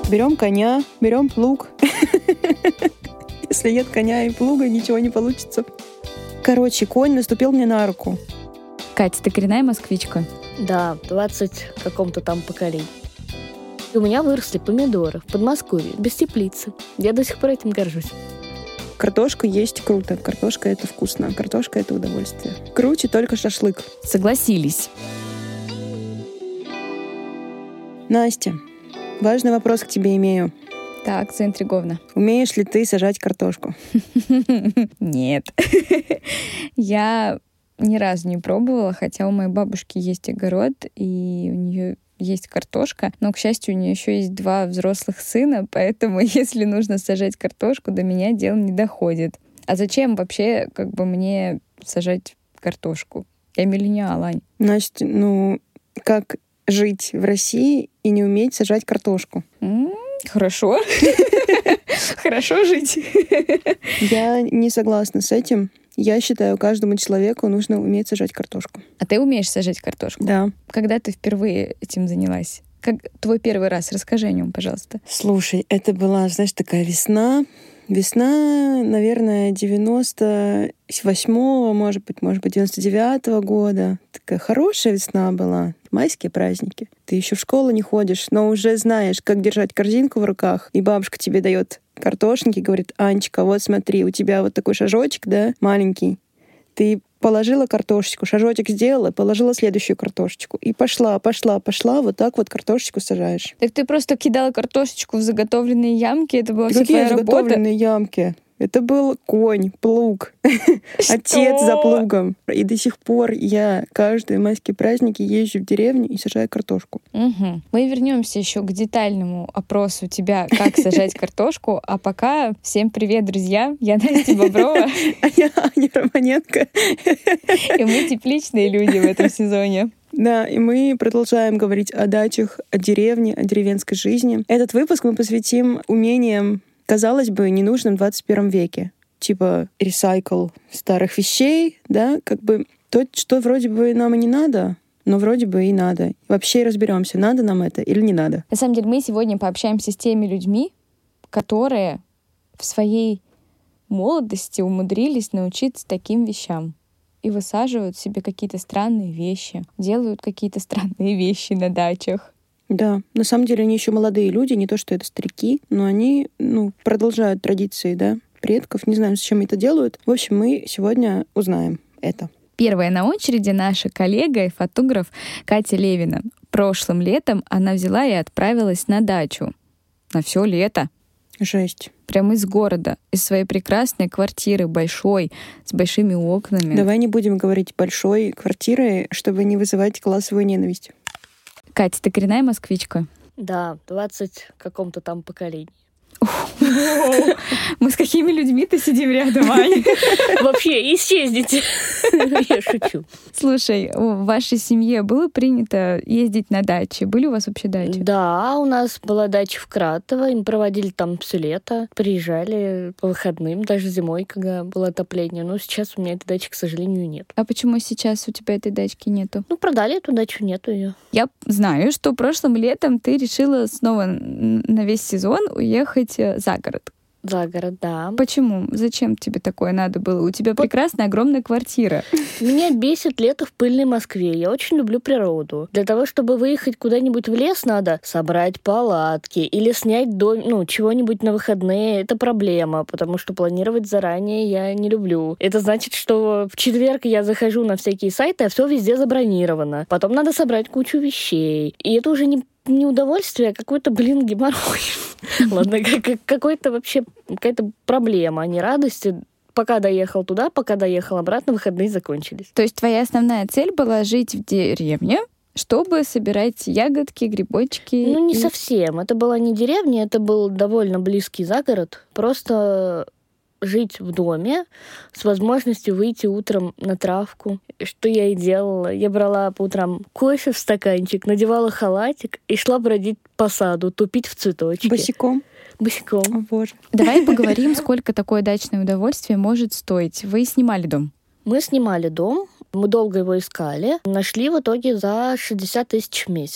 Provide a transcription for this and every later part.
Берем коня, берем плуг. Если нет коня и плуга, ничего не получится. Короче, конь наступил мне на руку. Катя, ты коренная москвичка? Да, 20 каком-то там поколении. И у меня выросли помидоры в Подмосковье, без теплицы. Я до сих пор этим горжусь. Картошка есть круто. Картошка — это вкусно. Картошка — это удовольствие. Круче только шашлык. Согласились. Настя, важный вопрос к тебе имею. Так, заинтригована. Умеешь ли ты сажать картошку? Нет. Я ни разу не пробовала, хотя у моей бабушки есть огород, и у нее есть картошка, но, к счастью, у нее еще есть 2 взрослых сына, поэтому если нужно сажать картошку, до меня дело не доходит. А зачем вообще мне сажать картошку? Я миллениал, Ань. Настя, как жить в России и не уметь сажать картошку? Хорошо. Хорошо жить. Я не согласна с этим. Я считаю, каждому человеку нужно уметь сажать картошку. А ты умеешь сажать картошку? Да. Когда ты впервые этим занялась? Как твой первый раз? расскажи о нем, пожалуйста. Слушай, это была, такая весна. Весна, наверное, 98-го, может быть, 99-го года. Такая хорошая весна была. Майские праздники. Ты еще в школу не ходишь, но уже знаешь, как держать корзинку в руках. И бабушка тебе дает картошники, говорит: Анечка, вот смотри, у тебя вот такой шажочек, да, маленький. Ты положила картошечку, шажочек сделала, положила следующую картошечку. И пошла, вот так вот картошечку сажаешь. Так ты просто кидала картошечку в заготовленные ямки, это была вся твоя работа? Какие заготовленные ямки? Это был конь, плуг, отец за плугом. И до сих пор я каждые майские праздники езжу в деревню и сажаю картошку. Угу. Мы вернемся еще к детальному опросу тебя, как сажать картошку. А пока всем привет, друзья. Я Настя Боброва. А я Аня Романенко. И мы тепличные люди в этом сезоне. Да, и мы продолжаем говорить о дачах, о деревне, о деревенской жизни. Этот выпуск мы посвятим умениям, казалось бы, ненужным в 21 веке. Типа ресайкл старых вещей, да, то, что вроде бы нам и не надо, но вроде бы и надо. Вообще разберемся, надо нам это или не надо. На самом деле мы сегодня пообщаемся с теми людьми, которые в своей молодости умудрились научиться таким вещам и высаживают себе какие-то странные вещи, делают какие-то странные вещи на дачах. Да, на самом деле они еще молодые люди, не то что это старики, но они продолжают традиции, да, предков. Не знаю, зачем это делают. В общем, мы сегодня узнаем это. Первая на очереди наша коллега и фотограф Катя Левина. Прошлым летом она взяла и отправилась на дачу. На все лето. Жесть. Прямо из города, из своей прекрасной квартиры, большой, с большими окнами. Давай не будем говорить большой квартиры, чтобы не вызывать классовую ненависть. Катя, ты коренная москвичка? Да, 20 каком-то там поколении. Мы с какими людьми-то сидим рядом, Аня? Вообще, исчезните. Я шучу. Слушай, в вашей семье было принято ездить на дачи? Были у вас вообще дачи? Да, у нас была дача в Кратово. Мы проводили там все лето. Приезжали по выходным, даже зимой, когда было отопление. Но сейчас у меня этой дачи, к сожалению, нет. А почему сейчас у тебя этой дачки нету? Продали эту дачу, нету ее. Я знаю, что прошлым летом ты решила снова на весь сезон уехать за город. За город, да. Почему? Зачем тебе такое надо было? У тебя прекрасная огромная квартира. Меня бесит лето в пыльной Москве. Я очень люблю природу. Для того, чтобы выехать куда-нибудь в лес, надо собрать палатки или снять дом, чего-нибудь на выходные. Это проблема, потому что планировать заранее я не люблю. Это значит, что в четверг я захожу на всякие сайты, а все везде забронировано. Потом надо собрать кучу вещей. И это уже не удовольствие, а какой-то, геморрой. Ладно, какая-то проблема, а не радость. Пока доехал туда, пока доехал обратно, выходные закончились. То есть твоя основная цель была жить в деревне, чтобы собирать ягодки, грибочки? Не совсем. Это была не деревня, это был довольно близкий загород. Просто жить в доме с возможностью выйти утром на травку. Что я и делала. Я брала по утрам кофе в стаканчик, надевала халатик и шла бродить по саду, тупить в цветочки. Босиком? Босиком. О, боже. Давай поговорим, сколько такое дачное удовольствие может стоить. Вы снимали дом? Мы снимали дом, мы долго его искали. Нашли в итоге за 60 тысяч в месяц.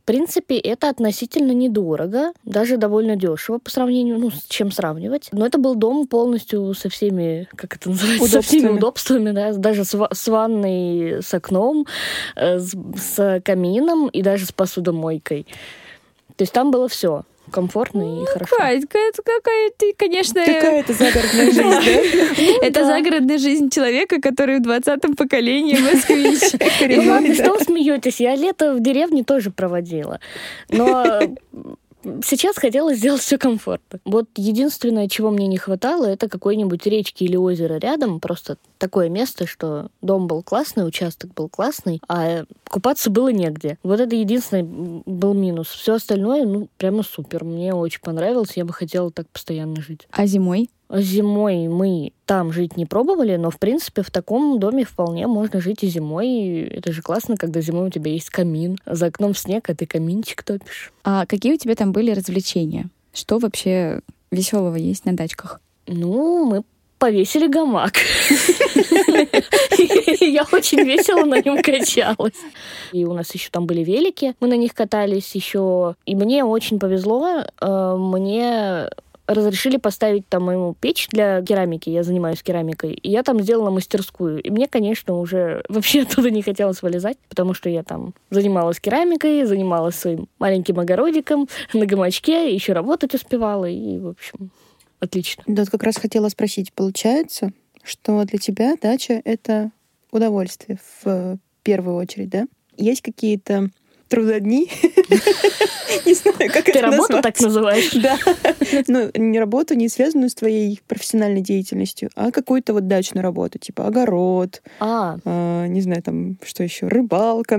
В принципе, это относительно недорого, даже довольно дешево по сравнению, с чем сравнивать. Но это был дом полностью со всеми, как это называется, со всеми удобствами, да, даже с ванной, с окном, с камином и даже с посудомойкой. То есть там было все комфортно и хорошо. Катька, это какая ты, конечно... Какая-то загородная жизнь, да? Это загородная жизнь человека, который в 20-м поколении москвич. Ну ладно, что вы смеетесь? Я лето в деревне тоже проводила. Но сейчас хотела сделать все комфортно. Вот единственное, чего мне не хватало, это какой-нибудь речки или озера рядом. Просто такое место, что дом был классный, участок был классный, а купаться было негде. Вот это единственный был минус. Все остальное, прямо супер. Мне очень понравилось. Я бы хотела так постоянно жить. А зимой? Зимой мы там жить не пробовали, но, в принципе, в таком доме вполне можно жить и зимой. Это же классно, когда зимой у тебя есть камин. За окном снег, а ты каминчик топишь. А какие у тебя там были развлечения? Что вообще веселого есть на дачках? Мы повесили гамак. Я очень весело на нем качалась. И у нас еще там были велики. Мы на них катались еще. И мне очень повезло. Мне разрешили поставить там мою печь для керамики, я занимаюсь керамикой, и я там сделала мастерскую. И мне, конечно, уже вообще оттуда не хотелось вылезать, потому что я там занималась керамикой, занималась своим маленьким огородиком на гамачке, еще работать успевала, и, в общем, отлично. Да, вот как раз хотела спросить, получается, что для тебя дача — это удовольствие в первую очередь, да? Есть какие-то трудодни? Не знаю, как это назвать. Ты работу так называешь? Да. Не работу, не связанную с твоей профессиональной деятельностью, а какую-то вот дачную работу, типа огород, не знаю, там, что еще, рыбалка.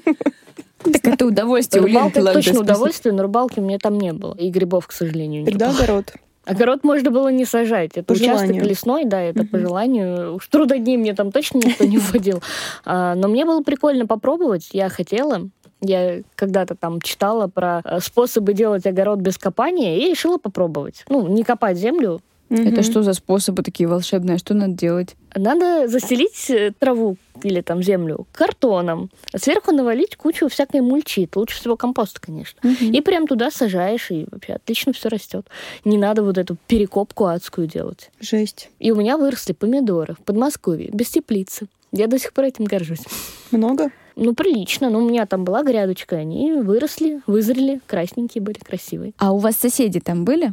Так это удовольствие. Рыбалка — это точно удовольствие, но рыбалки у меня там не было. И грибов, к сожалению, не было. Тогда огород. Огород можно было не сажать. Это участок лесной, да, это по желанию. Уж трудодней мне там точно никто не вводил. Но мне было прикольно попробовать, я хотела. Я когда-то там читала про способы делать огород без копания и решила попробовать. Не копать землю. Это что за способы такие волшебные? Что надо делать? Надо застелить траву или там землю картоном, сверху навалить кучу всякой мульчи, лучше всего компост, конечно. И прям туда сажаешь, и вообще отлично все растет. Не надо вот эту перекопку адскую делать. Жесть. И у меня выросли помидоры в Подмосковье, без теплицы. Я до сих пор этим горжусь. Много? Прилично. У меня там была грядочка, они выросли, вызрели, красненькие были, красивые. А у вас соседи там были?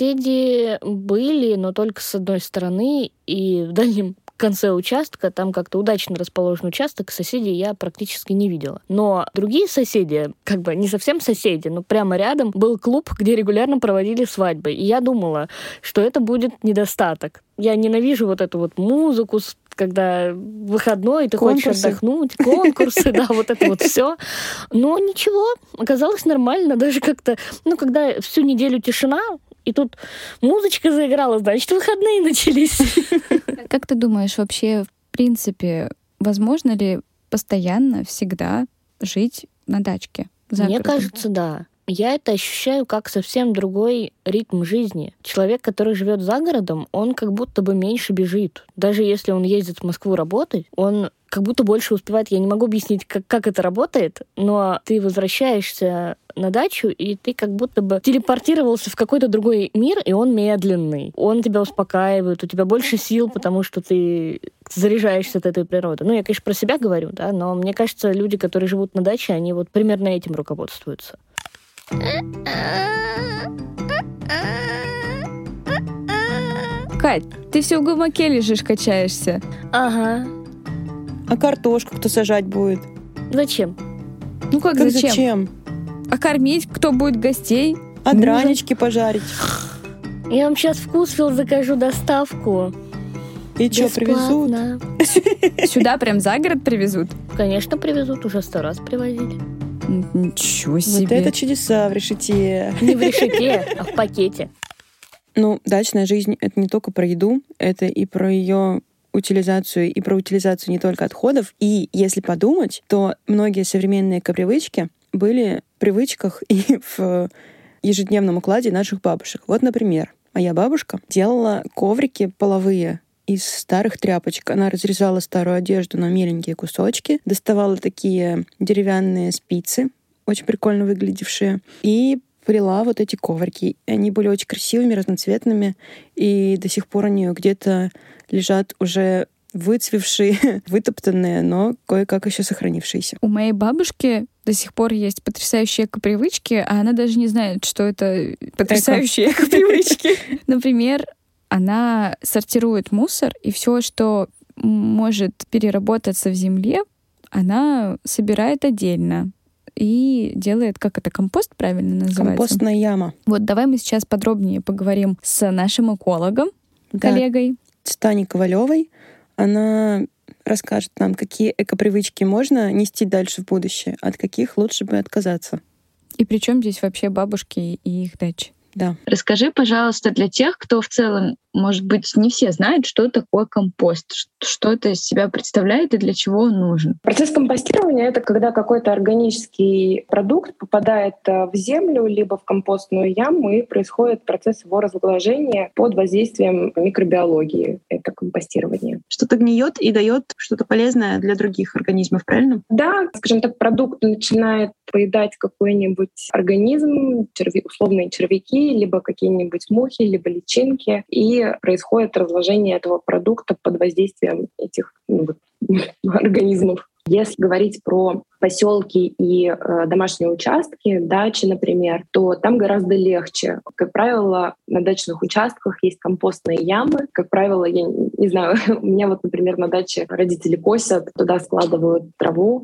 Соседи были, но только с одной стороны, и в дальнем конце участка, там как-то удачно расположен участок, соседей я практически не видела. Но другие соседи, как бы не совсем соседи, но прямо рядом был клуб, где регулярно проводили свадьбы. И я думала, что это будет недостаток. Я ненавижу вот эту вот музыку, когда выходной, ты хочешь отдохнуть, конкурсы, да, вот это вот все. Но ничего, оказалось нормально, даже как-то, когда всю неделю тишина, и тут музычка заиграла, значит, выходные начались. Как ты думаешь, вообще, в принципе, возможно ли постоянно, всегда жить на дачке? Мне кажется, да. Я это ощущаю как совсем другой ритм жизни. Человек, который живет за городом, он как будто бы меньше бежит. Даже если он ездит в Москву работать, он как будто больше успевает. Я не могу объяснить, как это работает, но ты возвращаешься на дачу, и ты как будто бы телепортировался в какой-то другой мир, и он медленный. Он тебя успокаивает, у тебя больше сил, потому что ты заряжаешься от этой природы. Я, конечно, про себя говорю, да, но мне кажется, люди, которые живут на даче, они вот примерно этим руководствуются. Кать, ты все в гамаке лежишь, качаешься. Ага. А картошку кто сажать будет? Зачем? Как зачем? А кормить кто будет гостей? А дранички пожарить? Я вам сейчас Вкусвилл закажу доставку. И что, привезут? Сюда прям за город привезут? Конечно, привезут. Уже 100 раз привозили. Ничего себе. Вот это чудеса в решете. Не в решете, а в пакете. Дачная жизнь — это не только про еду, это и про ее утилизацию, и про утилизацию не только отходов. И если подумать, то многие современные привычки были в привычках и в ежедневном укладе наших бабушек. Вот, например, моя бабушка делала коврики половые из старых тряпочек. Она разрезала старую одежду на меленькие кусочки, доставала такие деревянные спицы, очень прикольно выглядевшие. И плела вот эти коврики. Они были очень красивыми, разноцветными, и до сих пор они где-то лежат уже выцвевшие, вытоптанные, но кое-как еще сохранившиеся. У моей бабушки до сих пор есть потрясающие эко-привычки, а она даже не знает, что это потрясающие эко-привычки. Например, она сортирует мусор, и все, что может переработаться в земле, она собирает отдельно и делает, как это, компост правильно называется? Компостная яма. Вот давай мы сейчас подробнее поговорим с нашим экологом, коллегой. С Таней Ковалевой. Она расскажет нам, какие эко-привычки можно нести дальше в будущее, от каких лучше бы отказаться. И при чем здесь вообще бабушки и их дачи? Да. Расскажи, пожалуйста, для тех, кто в целом, может быть, не все знают, что такое компост, что это из себя представляет и для чего он нужен. Процесс компостирования — это когда какой-то органический продукт попадает в землю либо в компостную яму, и происходит процесс его разложения под воздействием микробиологии. Это компостирование. Что-то гниет и дает что-то полезное для других организмов, правильно? Да, скажем так, продукт начинает поедать какой-нибудь организм, условные червяки, либо какие-нибудь мухи, либо личинки, и происходит разложение этого продукта под воздействием этих организмов. Если говорить про поселки и домашние участки, дачи, например, то там гораздо легче. Как правило, на дачных участках есть компостные ямы. Как правило, я не знаю, у меня вот, например, на даче родители косят, туда складывают траву,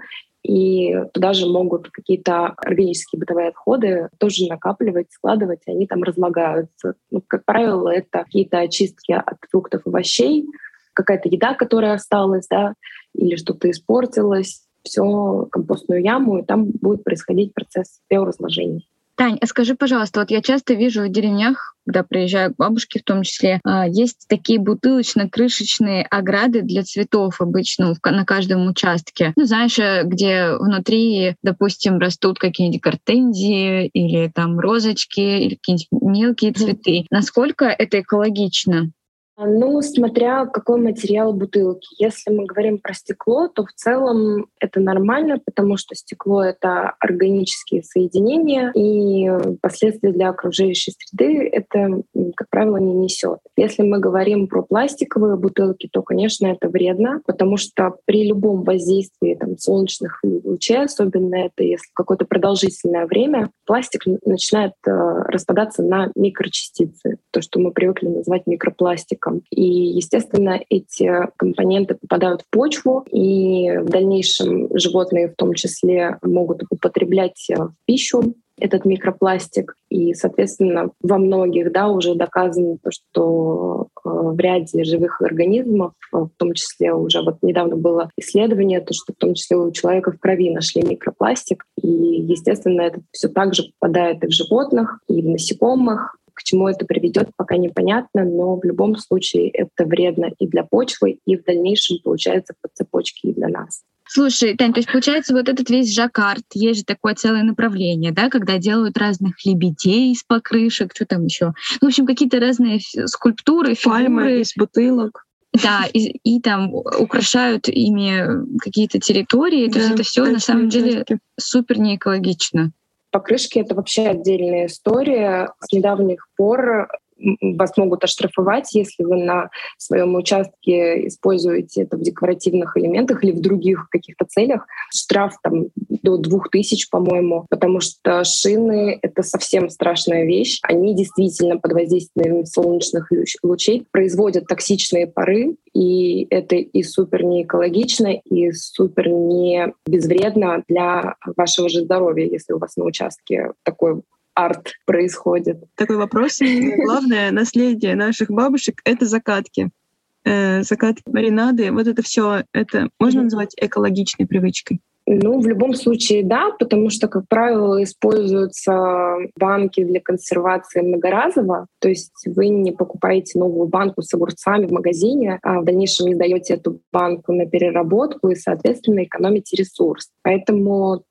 и туда же могут какие-то органические бытовые отходы тоже накапливать, складывать, и они там разлагаются. Как правило, это какие-то очистки от фруктов, овощей, какая-то еда, которая осталась, да, или что-то испортилось, все компостную яму, и там будет происходить процесс биоразложения. Тань, а скажи, пожалуйста, вот я часто вижу в деревнях, когда приезжаю к бабушке в том числе, есть такие бутылочно-крышечные ограды для цветов обычно на каждом участке. Ну, знаешь, где внутри, допустим, растут какие-нибудь гортензии или там розочки или какие-нибудь мелкие цветы. Насколько это экологично? Ну, смотря какой материал бутылки. Если мы говорим про стекло, то в целом это нормально, потому что стекло — это органические соединения, и последствия для окружающей среды это, как правило, не несет. Если мы говорим про пластиковые бутылки, то, конечно, это вредно, потому что при любом воздействии солнечных лучей, особенно это если какое-то продолжительное время, пластик начинает распадаться на микрочастицы, то, что мы привыкли называть микропластиком. И, естественно, эти компоненты попадают в почву, и в дальнейшем животные в том числе могут употреблять в пищу этот микропластик. И, соответственно, во многих уже доказано то, что в ряде живых организмов, в том числе уже недавно было исследование, то, что в том числе у человека в крови нашли микропластик. И, естественно, это все также попадает и в животных, и в насекомых. К чему это приведет, пока непонятно, но в любом случае это вредно и для почвы, и в дальнейшем получается по цепочке и для нас. Слушай, Тань, то есть получается вот этот весь жаккард, есть же такое целое направление, да, когда делают разных лебедей из покрышек, что там еще, в общем, какие-то разные скульптуры, фигуры. Пальмы из бутылок. Да, и там украшают ими какие-то территории, то есть это все на самом деле супер неэкологично. Покрышки — это вообще отдельная история. С недавних пор вас могут оштрафовать, если вы на своем участке используете это в декоративных элементах или в других каких-то целях. Штраф до 2000, по-моему, потому что шины — это совсем страшная вещь. Они действительно под воздействием солнечных лучей производят токсичные пары, и это и супер не экологично, и супер не безвредно для вашего же здоровья, если у вас на участке такой арт происходит. Такой вопрос. Главное наследие наших бабушек — это закатки. Закатки, маринады, вот это все, это можно называть экологичной привычкой? В любом случае, да, потому что, как правило, используются банки для консервации многоразово. То есть вы не покупаете новую банку с огурцами в магазине, а в дальнейшем не даете эту банку на переработку и, соответственно, экономите ресурс. Поэтому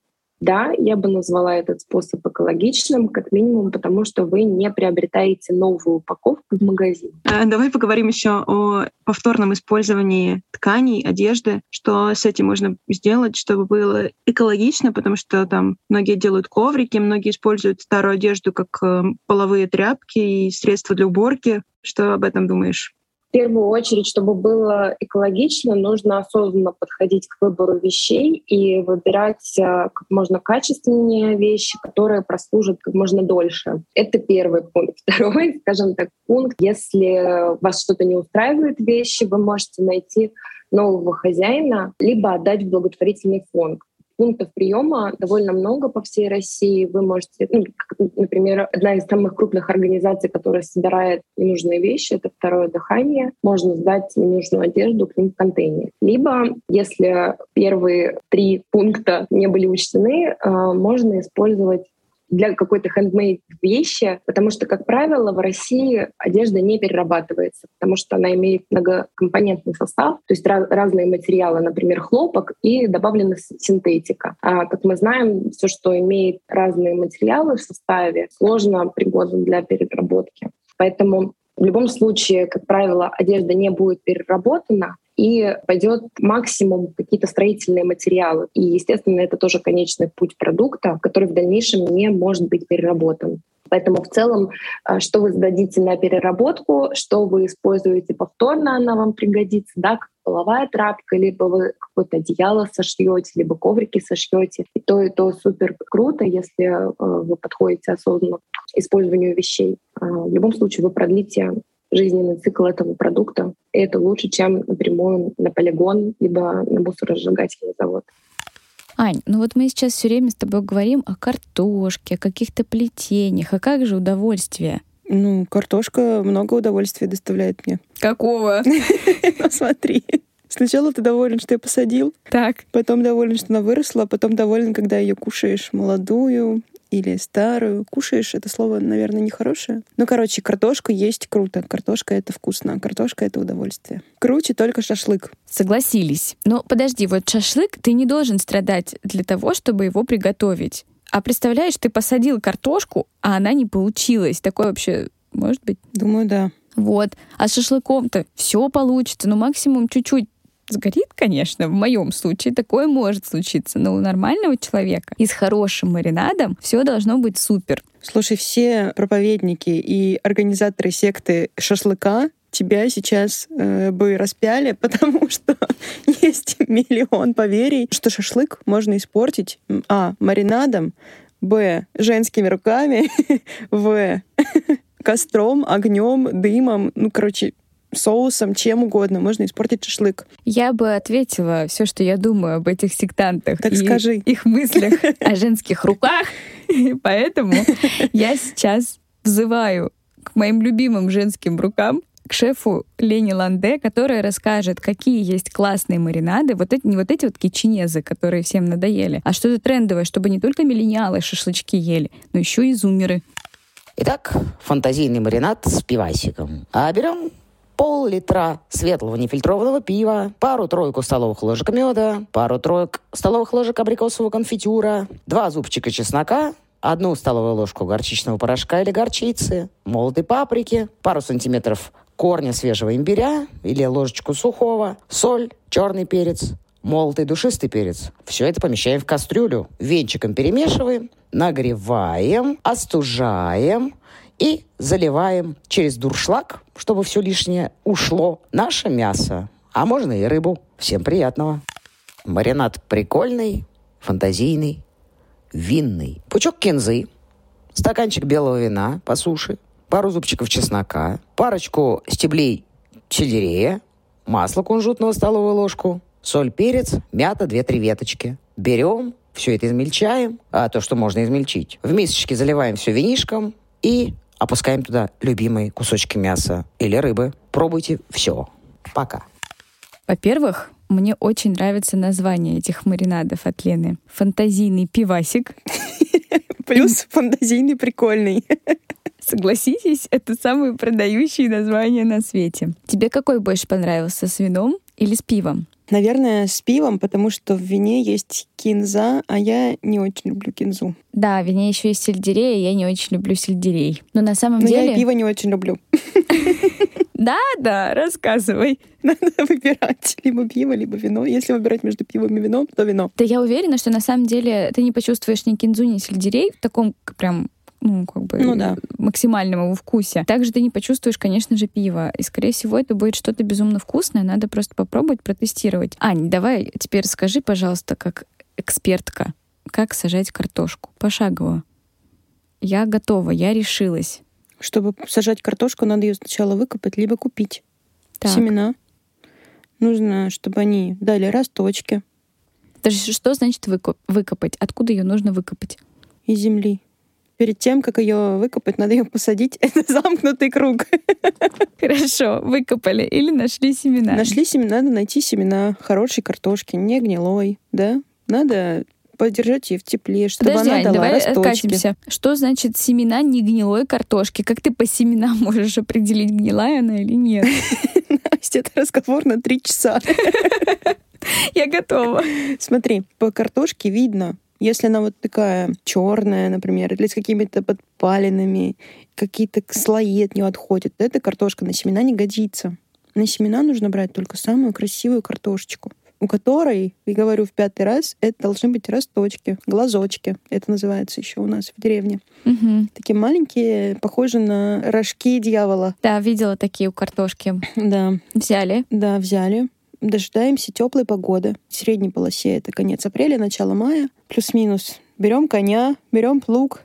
Да, я бы назвала этот способ экологичным, как минимум, потому что вы не приобретаете новую упаковку в магазине. Давай поговорим еще о повторном использовании тканей, одежды. Что с этим можно сделать, чтобы было экологично, потому что там многие делают коврики, многие используют старую одежду как половые тряпки и средства для уборки. Что об этом думаешь? В первую очередь, чтобы было экологично, нужно осознанно подходить к выбору вещей и выбирать как можно качественнее вещи, которые прослужат как можно дольше. Это первый пункт. Второй, скажем так, пункт. Если вас что-то не устраивает вещи, вы можете найти нового хозяина, либо отдать в благотворительный фонд. Пунктов приема довольно много по всей России. Вы можете, например, одна из самых крупных организаций, которая собирает ненужные вещи, это «Второе дыхание». Можно сдать ненужную одежду к ним в контейнер. Либо, если первые 3 пункта не были учтены, можно использовать для какой-то handmade вещи, потому что, как правило, в России одежда не перерабатывается, потому что она имеет многокомпонентный состав, то есть разные материалы, например, хлопок, и добавлена синтетика. А, как мы знаем, все, что имеет разные материалы в составе, сложно пригодно для переработки. Поэтому в любом случае, как правило, одежда не будет переработана, и пойдет максимум какие-то строительные материалы. И, естественно, это тоже конечный путь продукта, который в дальнейшем не может быть переработан. Поэтому в целом, что вы сдадите на переработку, что вы используете повторно, она вам пригодится, да, как половая тряпка, либо вы какое-то одеяло сошьете, либо коврики сошьете. И то супер круто, если вы подходите осознанно к использованию вещей. В любом случае вы продлите жизненный цикл этого продукта. И это лучше, чем напрямую на полигон, либо на мусоросжигательный завод. Ань, ну вот мы сейчас все время с тобой говорим о картошке, о каких-то плетениях. А как же удовольствие? Ну, картошка много удовольствия доставляет мне. Какого? Ну, смотри. Сначала ты доволен, что я посадил. Так. Потом доволен, что она выросла. Потом доволен, когда ее кушаешь молодую или старую. Кушаешь — это слово, наверное, нехорошее. Ну, короче, картошка есть круто. Картошка — это вкусно. Картошка — это удовольствие. Круче только шашлык. Согласились. Но подожди, вот шашлык, ты не должен страдать для того, чтобы его приготовить. А представляешь, ты посадил картошку, а она не получилась. Такое вообще может быть? Думаю, да. Вот. А с шашлыком-то все получится. Ну, максимум чуть-чуть сгорит, конечно, в моем случае такое может случиться, но у нормального человека и с хорошим маринадом все должно быть супер. Слушай, все проповедники и организаторы секты шашлыка тебя сейчас бы распяли, потому что есть миллион поверий, что шашлык можно испортить маринадом, женскими руками, костром, огнем, дымом, соусом, чем угодно. Можно испортить шашлык. Я бы ответила все, что я думаю об этих сектантах так и скажи. Их мыслях о женских руках. Поэтому я сейчас взываю к моим любимым женским рукам, к шефу Лене Ланде, которая расскажет, какие есть классные маринады, не вот эти кичинезы, которые всем надоели, а что-то трендовое, чтобы не только миллениалы шашлычки ели, но еще и зумеры. Итак, фантазийный маринад с пивасиком. Берем пол-литра светлого нефильтрованного пива, пару-тройку столовых ложек меда, пару-тройку столовых ложек абрикосового конфитюра, 2 зубчика чеснока, 1 столовую ложку горчичного порошка или горчицы, молотой паприки, пару сантиметров корня свежего имбиря или ложечку сухого, соль, черный перец, молотый душистый перец. Все это помещаем в кастрюлю, венчиком перемешиваем, нагреваем, остужаем и заливаем через дуршлаг, чтобы все лишнее ушло, наше мясо. А можно и рыбу. Всем приятного. Маринад прикольный, фантазийный, винный. Пучок кинзы, стаканчик белого вина по суше, пару зубчиков чеснока, парочку стеблей сельдерея, масло кунжутного столовую ложку, соль, перец, мята 2-3 веточки. Берем, все это измельчаем, то, что можно измельчить. В мисочке заливаем все винишком и опускаем туда любимые кусочки мяса или рыбы. Пробуйте все. Пока. Во-первых, мне очень нравится название этих маринадов от Лены. Фантазийный пивасик. Плюс фантазийный прикольный. Согласитесь, это самые продающие названия на свете. Тебе какой больше понравился, с вином или с пивом? Наверное, с пивом, потому что в вине есть кинза, а я не очень люблю кинзу. Да, в вине еще есть сельдерей, и я не очень люблю сельдерей. Но на самом Но деле... я и пиво не очень люблю. Да, рассказывай. Надо выбирать либо пиво, либо вино. Если выбирать между пивом и вином, то вино. Да я уверена, что на самом деле ты не почувствуешь ни кинзу, ни сельдерей в таком прям да. максимальном его вкусе. Также ты не почувствуешь, конечно же, пиво. И, скорее всего, это будет что-то безумно вкусное. Надо просто попробовать, протестировать. Ань, давай теперь скажи, пожалуйста, как экспертка, как сажать картошку пошагово. Я готова, я решилась. Чтобы сажать картошку, надо ее сначала выкопать, либо купить. Так. Семена. Нужно, чтобы они дали росточки. Что значит выкопать? Откуда ее нужно выкопать? Из земли. Перед тем, как ее выкопать, надо ее посадить. Это замкнутый круг. Хорошо, выкопали или нашли семена? Нашли семена, надо найти семена хорошей картошки, не гнилой, да? Надо поддержать ее в тепле, чтобы Подожди, она Ань, дала давай росточки. откатимся. Что значит семена не гнилой картошки? Как ты по семенам можешь определить, гнилая она или нет? Настя, это разговор на 3 часа. Я готова. Смотри, по картошке видно, если она вот такая черная, например, или с какими-то подпалинами, какие-то слои от нее отходят, то эта картошка на семена не годится. На семена нужно брать только самую красивую картошечку, у которой, я говорю в 5-й раз, это должны быть росточки, глазочки. Это называется еще у нас в деревне. Угу. Такие маленькие, похожи на рожки дьявола. Да, видела такие у картошки. Да. Взяли. Да, взяли. Дожидаемся теплой погоды. В средней полосе это конец апреля, начало мая, плюс-минус. Берем коня, берем плуг.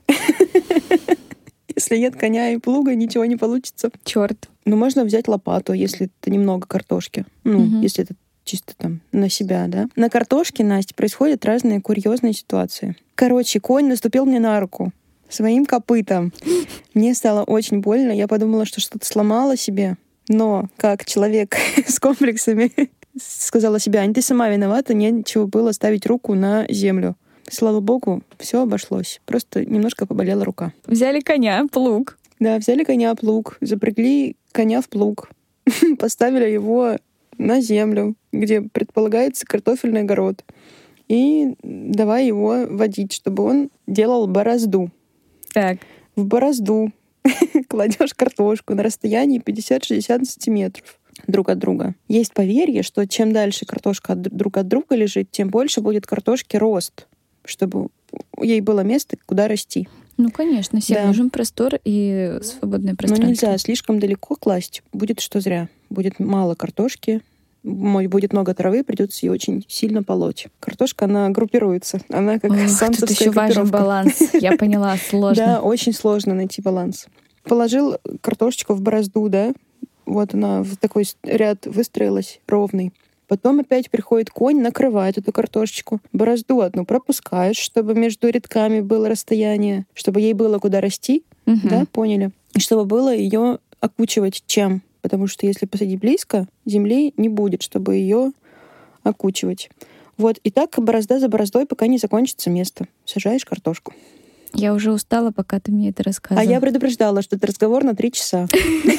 Если нет коня и плуга, ничего не получится. Черт. Но можно взять лопату, если это немного картошки. Если это чисто там на себя, да. На картошке, Настя, происходят разные курьезные ситуации. Короче, конь наступил мне на руку своим копытом. Мне стало очень больно. Я подумала, что что-то сломала себе. Но как человек с комплексами сказала себе: Ань, ты сама виновата, нечего было ставить руку на землю. Слава богу, все обошлось. Просто немножко поболела рука. Взяли коня, плуг. Да, взяли коня, плуг, запрягли коня в плуг, поставили его на землю, где предполагается картофельный огород, и давай его водить, чтобы он делал борозду. Так. В борозду кладешь картошку на расстоянии 50-60 сантиметров друг от друга. Есть поверье, что чем дальше картошка друг от друга лежит, тем больше будет картошки рост, чтобы ей было место, куда расти. Ну, конечно, всем нужен простор и свободное пространство. Но нельзя слишком далеко класть. Будет что зря. Будет мало картошки, будет много травы, придется ее очень сильно полоть. Картошка, она группируется. Она как самцевская тут еще важен баланс. Я поняла, сложно. Да, очень сложно найти баланс. Положил картошечку в борозду, да, вот она в такой ряд выстроилась ровный. Потом опять приходит конь, накрывает эту картошечку. Борозду одну пропускаешь, чтобы между рядками было расстояние, чтобы ей было куда расти. Да, поняли? И чтобы было ее окучивать чем? Потому что если посадить близко, земли не будет, чтобы ее окучивать. Вот. И так борозда за бороздой, пока не закончится место. Сажаешь картошку. Я уже устала, пока ты мне это рассказывала. А я предупреждала, что это разговор на 3 часа.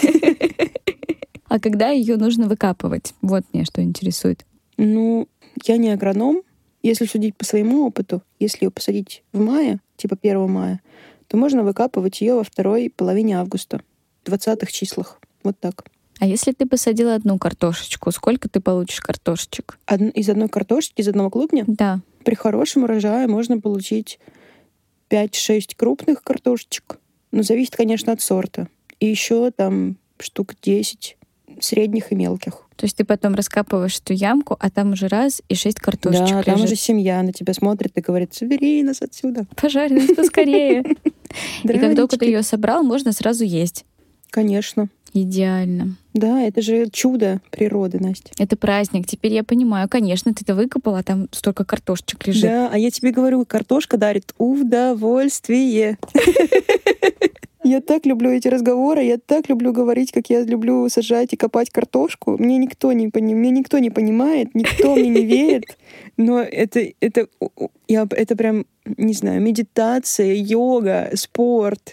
А когда ее нужно выкапывать? Вот меня что интересует. Ну, я не агроном. Если судить по своему опыту, если ее посадить в мае, типа 1 мая, то можно выкапывать ее во второй половине августа, в 20-х числах. Вот так. А если ты посадила одну картошечку, сколько ты получишь картошечек? Из одной картошечки, из одного клубня? Да. При хорошем урожае можно получить 5-6 крупных картошечек. Но зависит, конечно, от сорта. И еще там штук 10 средних и мелких. То есть ты потом раскапываешь эту ямку, а там уже раз и 6 картошечек Да, там лежит. уже семья на тебя смотрит и говорит: собери нас отсюда. Пожалуйста, поскорее. И как только ты ее собрал, можно сразу есть. Конечно. Идеально. Да, это же чудо природы, Настя. Это праздник. Теперь я понимаю. Конечно, ты это выкопала, а там столько картошечек лежит. Да, а я тебе говорю, картошка дарит удовольствие. Я так люблю эти разговоры, я так люблю говорить, как я люблю сажать и копать картошку. Меня никто не понимает, никто мне не верит. Но это прям, не знаю, медитация, йога, спорт.